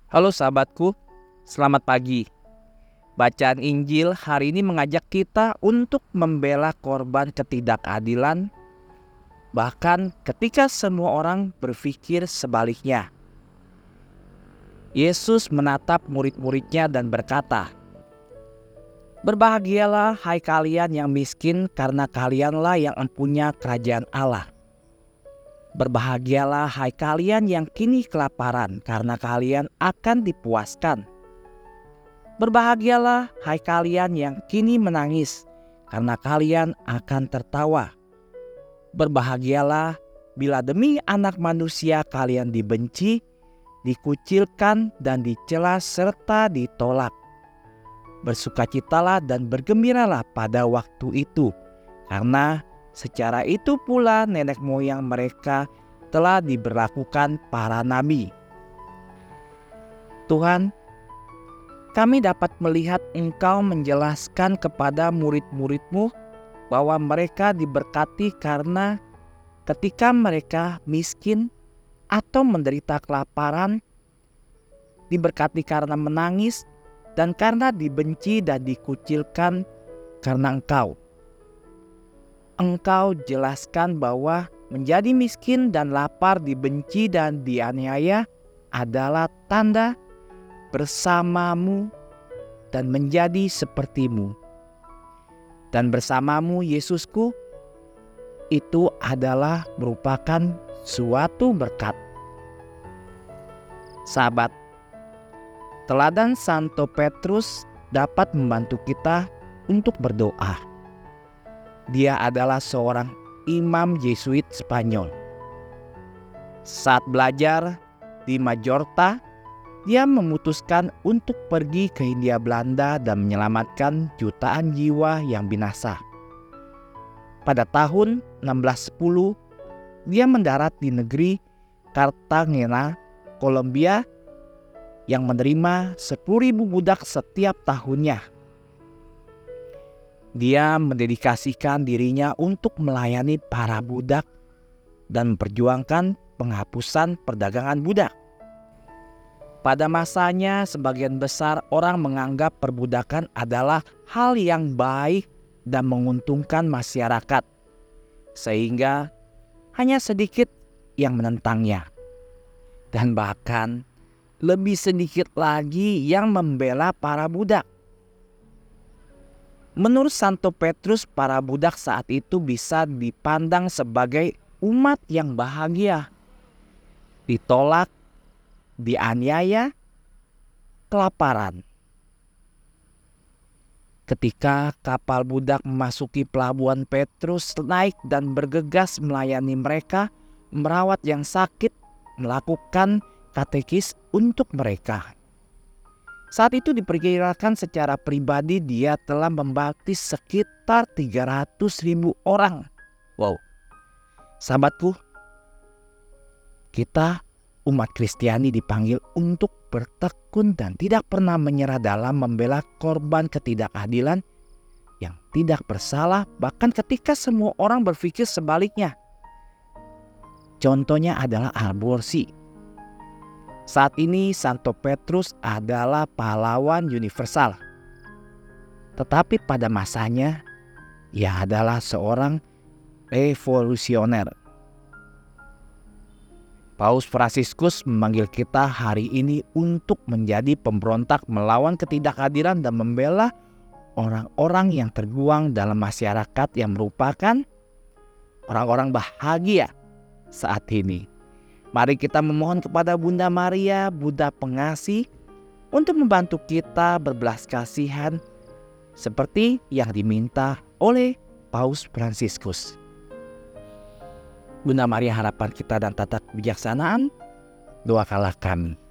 Halo sahabatku, selamat pagi. Bacaan Injil hari ini mengajak kita untuk membela korban ketidakadilan, bahkan ketika semua orang berpikir sebaliknya. Yesus menatap murid-muridnya dan berkata, "Berbahagialah hai kalian yang miskin, karena kalianlah yang mempunyai kerajaan Allah. Berbahagialah hai kalian yang kini kelaparan, karena kalian akan dipuaskan. Berbahagialah hai kalian yang kini menangis, karena kalian akan tertawa. Berbahagialah bila demi Anak Manusia kalian dibenci, dikucilkan dan dicela serta ditolak. Bersukacitalah dan bergembiralah pada waktu itu, karena secara itu pula nenek moyang mereka telah diberlakukan para nabi." Tuhan, kami dapat melihat Engkau menjelaskan kepada murid-murid-Mu bahwa mereka diberkati karena ketika mereka miskin atau menderita kelaparan, diberkati karena menangis, dan karena dibenci dan dikucilkan karena Engkau. Engkau jelaskan bahwa menjadi miskin dan lapar, dibenci dan dianiaya adalah tanda bersamamu dan menjadi sepertimu. Dan bersamamu Yesusku, itu adalah merupakan suatu berkat. Sahabat, teladan Santo Petrus dapat membantu kita untuk berdoa. Dia adalah seorang imam Yesuit Spanyol. Saat belajar di Majorca, dia memutuskan untuk pergi ke Hindia Belanda dan menyelamatkan jutaan jiwa yang binasa. Pada tahun 1610, dia mendarat di negeri Cartagena, Kolombia, yang menerima 10.000 budak setiap tahunnya. Dia mendedikasikan dirinya untuk melayani para budak dan memperjuangkan penghapusan perdagangan budak. Pada masanya, sebagian besar orang menganggap perbudakan adalah hal yang baik dan menguntungkan masyarakat, sehingga hanya sedikit yang menentangnya. Dan bahkan lebih sedikit lagi yang membela para budak. Menurut Santo Petrus, para budak saat itu bisa dipandang sebagai umat yang bahagia, ditolak, dianiaya, kelaparan. Ketika kapal budak memasuki pelabuhan, Petrus naik dan bergegas melayani mereka, merawat yang sakit, melakukan katekis untuk mereka. Saat itu diperkirakan secara pribadi dia telah membaptis sekitar 300.000 orang. Wow, sahabatku, kita umat Kristiani dipanggil untuk bertekun dan tidak pernah menyerah dalam membela korban ketidakadilan yang tidak bersalah, bahkan ketika semua orang berpikir sebaliknya. Contohnya adalah aborsi. Saat ini Santo Petrus adalah pahlawan universal. Tetapi pada masanya, ia adalah seorang revolusioner. Paus Fransiskus memanggil kita hari ini untuk menjadi pemberontak melawan ketidakadilan dan membela orang-orang yang terbuang dalam masyarakat yang merupakan orang-orang bahagia saat ini. Mari kita memohon kepada Bunda Maria, Bunda Pengasih, untuk membantu kita berbelas kasihan seperti yang diminta oleh Paus Fransiskus. Bunda Maria, harapan kita dan tata kebijaksanaan, doakanlah kami.